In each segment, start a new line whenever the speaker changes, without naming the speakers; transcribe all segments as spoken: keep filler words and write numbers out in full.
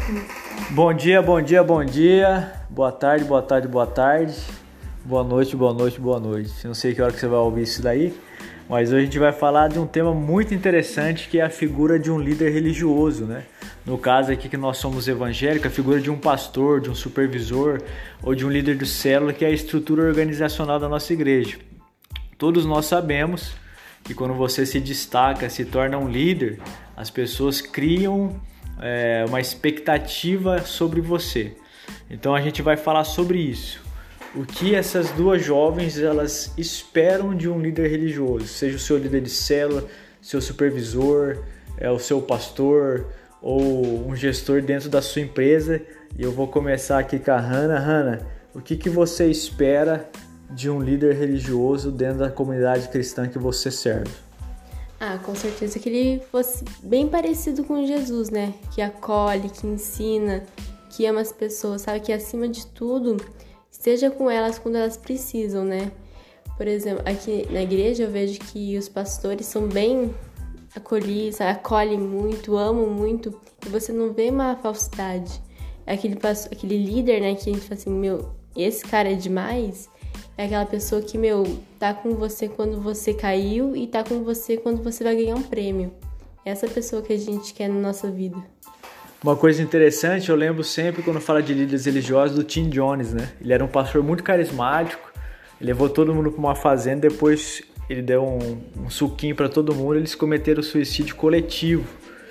Bom dia, bom dia, bom dia. Boa tarde, boa tarde, boa tarde. Boa noite, boa noite, boa noite. Não sei que hora que você vai ouvir isso daí, mas hoje a gente vai falar de um tema muito interessante, que é a figura de um líder religioso, né? No caso aqui que nós somos evangélicos, a figura de um pastor, de um supervisor ou de um líder de célula, que é a estrutura organizacional da nossa igreja. Todos nós sabemos que quando você se destaca, se torna um líder, as pessoas criam é, uma expectativa sobre você. Então a gente vai falar sobre isso. O que essas duas jovens elas esperam de um líder religioso, seja o seu líder de célula, seu supervisor, é, o seu pastor ou um gestor dentro da sua empresa. E eu vou começar aqui com a Hannah. Hannah, o que, que você espera de um líder religioso dentro da comunidade cristã que você serve?
Ah, com certeza que ele fosse bem parecido com Jesus, né? Que acolhe, que ensina, que ama as pessoas, sabe? Que acima de tudo esteja com elas quando elas precisam, né? Por exemplo, aqui na igreja eu vejo que os pastores são bem acolhidos, sabe? Acolhem muito, amam muito, e você não vê uma falsidade. É aquele, aquele líder, né, que a gente fala assim, meu, esse cara é demais. É aquela pessoa que, meu, tá com você quando você caiu e tá com você quando você vai ganhar um prêmio. É essa pessoa que a gente quer na nossa vida.
Uma coisa interessante, eu lembro sempre quando fala de líderes religiosos do Tim Jones, né? Ele era um pastor muito carismático, ele levou todo mundo para uma fazenda, depois ele deu um, um suquinho para todo mundo, eles cometeram suicídio coletivo.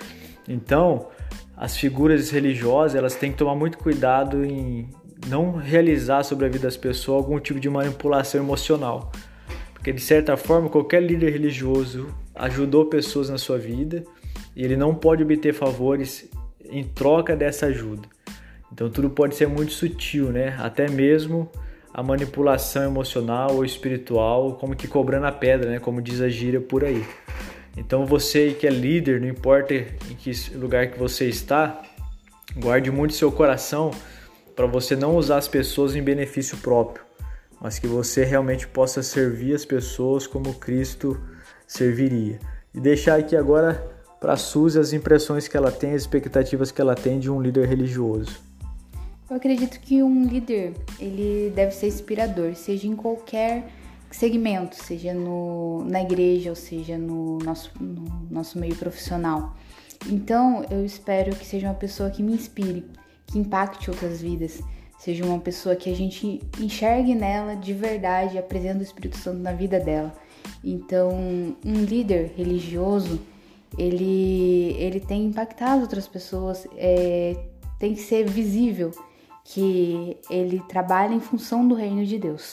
Então, as figuras religiosas, elas têm que tomar muito cuidado em não realizar sobre a vida das pessoas algum tipo de manipulação emocional. Porque, de certa forma, qualquer líder religioso ajudou pessoas na sua vida e ele não pode obter favores em troca dessa ajuda. Então, tudo pode ser muito sutil, né? Até mesmo a manipulação emocional ou espiritual, como que cobrando a pedra, né? Como diz a gíria por aí. Então, você que é líder, não importa em que lugar que você está, guarde muito seu coração para você não usar as pessoas em benefício próprio, mas que você realmente possa servir as pessoas como Cristo serviria. E deixar aqui agora para a Suzy as impressões que ela tem, as expectativas que ela tem de um líder religioso.
Eu acredito que um líder, ele deve ser inspirador, seja em qualquer segmento, seja no, na igreja ou seja no nosso, no nosso meio profissional. Então, eu espero que seja uma pessoa que me inspire, que impacte outras vidas, seja uma pessoa que a gente enxergue nela de verdade a presença do Espírito Santo na vida dela. Então, um líder religioso, ele, ele tem impactado outras pessoas, é, tem que ser visível que ele trabalha em função do reino de Deus.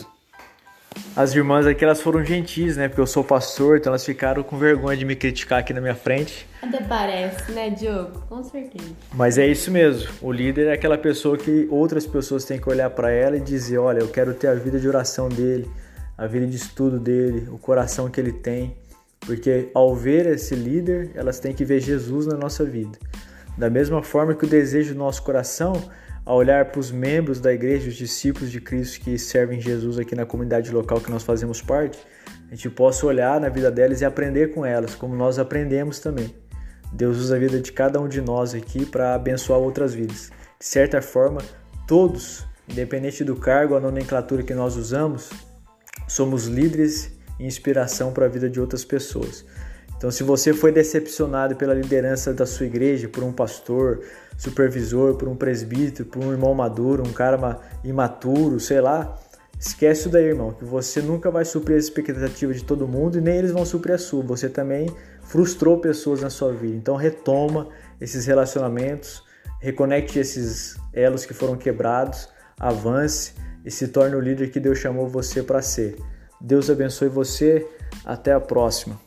As irmãs aqui, elas foram gentis, né? Porque eu sou pastor, então elas ficaram com vergonha de me criticar aqui na minha frente.
Até parece, né, Diogo? Com certeza.
Mas é isso mesmo. O líder é aquela pessoa que outras pessoas têm que olhar para ela e dizer, olha, eu quero ter a vida de oração dele, a vida de estudo dele, o coração que ele tem. Porque ao ver esse líder, elas têm que ver Jesus na nossa vida. Da mesma forma que o desejo do nosso coração, ao olhar para os membros da igreja, os discípulos de Cristo que servem Jesus aqui na comunidade local que nós fazemos parte, a gente possa olhar na vida delas e aprender com elas, como nós aprendemos também. Deus usa a vida de cada um de nós aqui para abençoar outras vidas. De certa forma, todos, independente do cargo ou a nomenclatura que nós usamos, somos líderes e inspiração para a vida de outras pessoas. Então, se você foi decepcionado pela liderança da sua igreja, por um pastor, supervisor, por um presbítero, por um irmão maduro, um cara imaturo, sei lá, esquece isso daí, irmão, que você nunca vai suprir as expectativas de todo mundo e nem eles vão suprir a sua. Você também frustrou pessoas na sua vida. Então, retoma esses relacionamentos, reconecte esses elos que foram quebrados, avance e se torne o líder que Deus chamou você para ser. Deus abençoe você. Até a próxima.